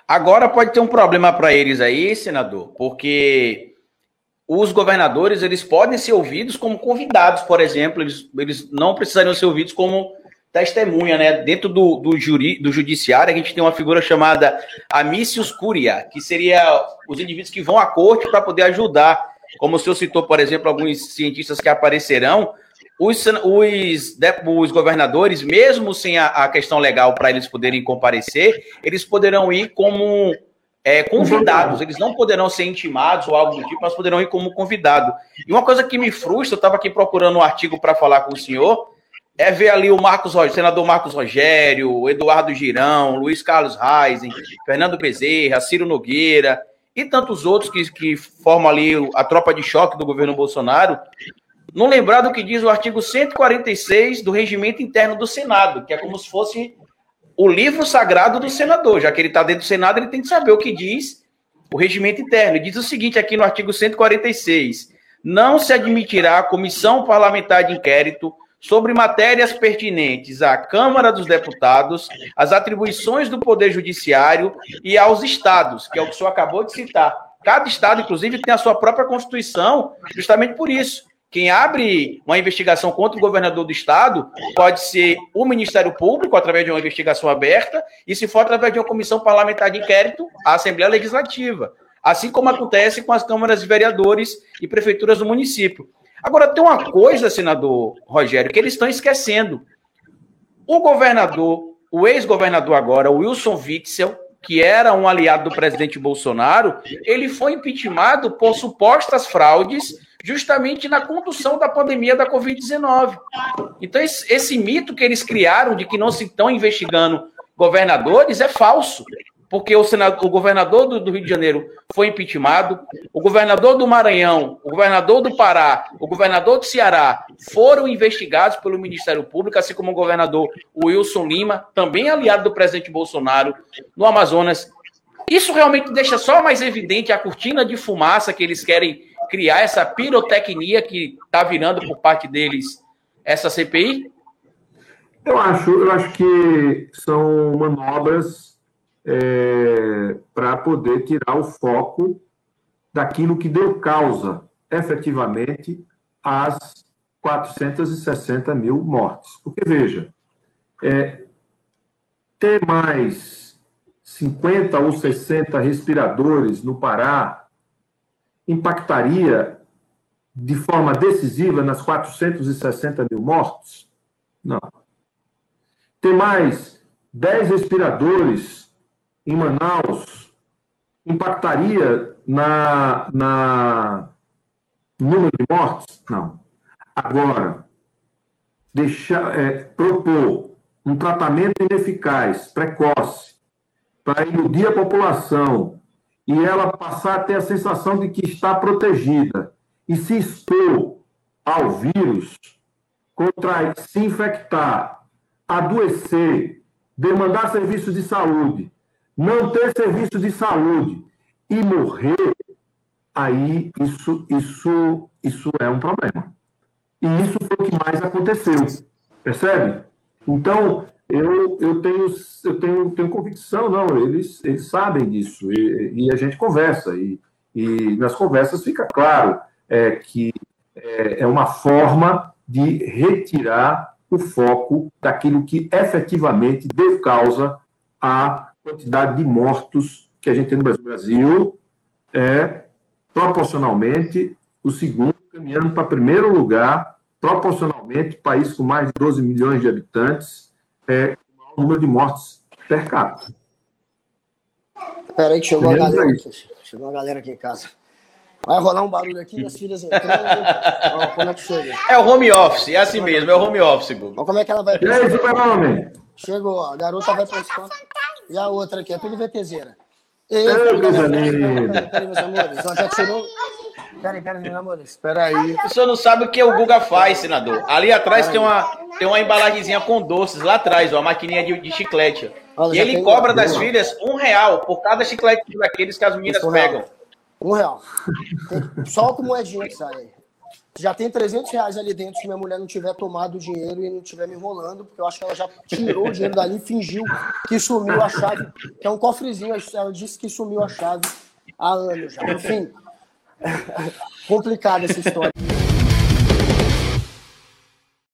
Agora pode ter um problema para eles aí, senador, porque os governadores, eles podem ser ouvidos como convidados, por exemplo, eles não precisariam ser ouvidos como testemunha, né? Dentro do judiciário, a gente tem uma figura chamada amicius curiae, que seria os indivíduos que vão à corte para poder ajudar. Como o senhor citou, por exemplo, alguns cientistas que aparecerão, os governadores, mesmo sem a questão legal para eles poderem comparecer, eles poderão ir como convidados, eles não poderão ser intimados ou algo do tipo, mas poderão ir como convidado. E uma coisa que me frustra, eu estava aqui procurando um artigo para falar com o senhor, é ver ali o senador Marcos Rogério, o Eduardo Girão, Luiz Carlos Reisen, Fernando Bezerra, Ciro Nogueira e tantos outros que formam ali a tropa de choque do governo Bolsonaro, não lembrar do que diz o artigo 146 do Regimento Interno do Senado, que é como se fosse o livro sagrado do senador. Já que ele está dentro do Senado, ele tem que saber o que diz o regimento interno. Ele diz o seguinte aqui no artigo 146: não se admitirá comissão parlamentar de inquérito sobre matérias pertinentes à Câmara dos Deputados, às atribuições do Poder Judiciário e aos estados, que é o que o senhor acabou de citar. Cada estado, inclusive, tem a sua própria Constituição, justamente por isso. Quem abre uma investigação contra o governador do estado pode ser o Ministério Público, através de uma investigação aberta, e se for através de uma comissão parlamentar de inquérito, a Assembleia Legislativa. Assim como acontece com as câmaras de vereadores e prefeituras do município. Agora, tem uma coisa, senador Rogério, que eles estão esquecendo. O governador, o ex-governador agora, Wilson Witzel, que era um aliado do presidente Bolsonaro, ele foi impeachmentado por supostas fraudes justamente na condução da pandemia da Covid-19. Então, esse mito que eles criaram de que não se estão investigando governadores é falso, porque o governador do Rio de Janeiro foi impeachmentado, o governador do Maranhão, o governador do Pará, o governador do Ceará foram investigados pelo Ministério Público, assim como o governador Wilson Lima, também aliado do presidente Bolsonaro, no Amazonas. Isso realmente deixa só mais evidente a cortina de fumaça que eles querem criar, essa pirotecnia que está virando por parte deles essa CPI? Eu acho que são manobras para poder tirar o foco daquilo que deu causa, efetivamente, às 460 mil mortes. Porque, veja, ter mais 50 ou 60 respiradores no Pará impactaria de forma decisiva nas 460 mil mortes? Não. Ter mais 10 respiradores em Manaus impactaria na número de mortes? Não. Agora, propor um tratamento ineficaz, precoce, para iludir a população e ela passar a ter a sensação de que está protegida e se expor ao vírus, contrair, se infectar, adoecer, demandar serviços de saúde, não ter serviço de saúde e morrer, aí isso é um problema. E isso foi o que mais aconteceu, percebe? Então, eu tenho convicção, não, eles sabem disso, e a gente conversa, e nas conversas fica claro que é uma forma de retirar o foco daquilo que efetivamente deu causa à quantidade de mortos que a gente tem no Brasil. O Brasil é, proporcionalmente, o segundo, caminhando para primeiro lugar, proporcionalmente, país com mais de 12 milhões de habitantes, o número de mortes per capita. Espera aí que chegou a galera aqui. Chegou a galera aqui em casa. Vai rolar um barulho aqui e as filhas entrando. Ó, como é que chega? É o home office, é assim mesmo, é o home office, Gugu. Olha como é que ela vai. E aí, super-homem? Chegou, ó, a garota vai pra escola. E a outra aqui, é tudo VTZera. Ei, coisa linda. Peraí, meus amores. Ela já tirou. Peraí, meus amores. Espera aí. O senhor não sabe o que o Guga faz, senador. Ali atrás tem uma embalagenzinha com doces, lá atrás, ó, a maquininha de chiclete. Olha, e ele cobra das filhas R$1 por cada chiclete daqueles que as meninas pegam. R$1. Só com moedinha que sai aí. Já tem R$300 ali dentro se minha mulher não tiver tomado o dinheiro e não tiver me enrolando, porque eu acho que ela já tirou o dinheiro dali e fingiu que sumiu a chave, que é um cofrezinho, ela disse que sumiu a chave há anos já. Enfim, complicada essa história.